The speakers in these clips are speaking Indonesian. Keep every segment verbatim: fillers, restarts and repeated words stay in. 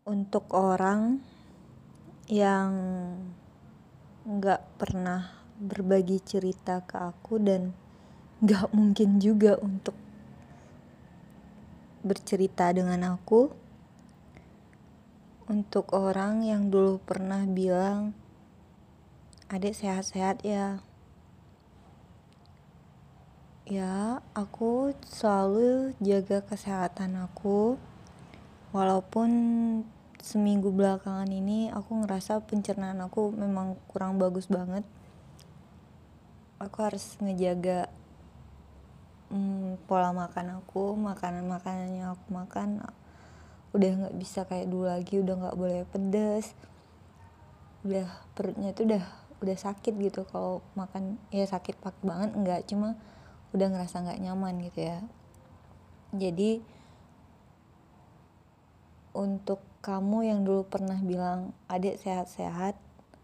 Untuk orang yang gak pernah berbagi cerita ke aku dan gak mungkin juga untuk bercerita dengan aku. Untuk orang yang dulu pernah bilang, "Adik sehat-sehat ya." Ya, aku selalu jaga kesehatan aku. Walaupun seminggu belakangan ini aku ngerasa pencernaan aku memang kurang bagus banget. Aku harus ngejaga hmm, pola makan aku, makanan-makanan yang aku makan udah gak bisa kayak dulu lagi, udah gak boleh pedas. Udah perutnya tuh udah udah sakit gitu kalau makan, ya sakit pak banget enggak, cuma udah ngerasa gak nyaman gitu ya. Jadi untuk kamu yang dulu pernah bilang, "Adik sehat-sehat,"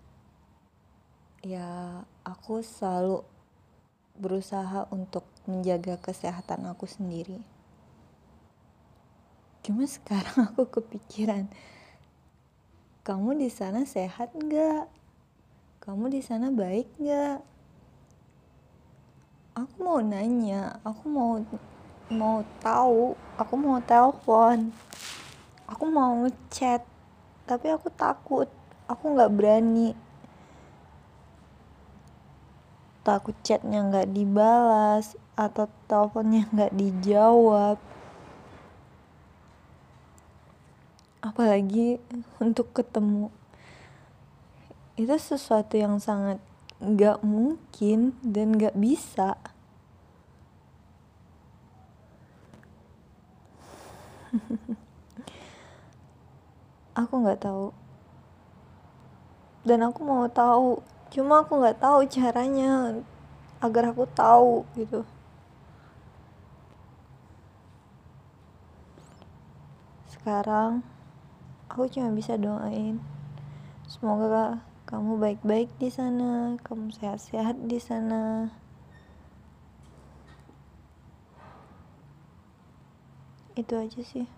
ya aku selalu berusaha untuk menjaga kesehatan aku sendiri. Cuma sekarang aku kepikiran, kamu di sana sehat nggak? Kamu di sana baik nggak? Aku mau nanya, aku mau mau tahu, aku mau telepon, aku mau ngechat, tapi aku takut, aku nggak berani. Takut chatnya nggak dibalas atau teleponnya nggak dijawab. Apalagi untuk ketemu. Itu sesuatu yang sangat nggak mungkin dan nggak bisa. Aku nggak tahu. Dan aku mau tahu. Cuma aku nggak tahu caranya agar aku tahu gitu. Sekarang aku cuma bisa doain semoga kamu baik-baik di sana, kamu sehat-sehat di sana. Itu aja sih.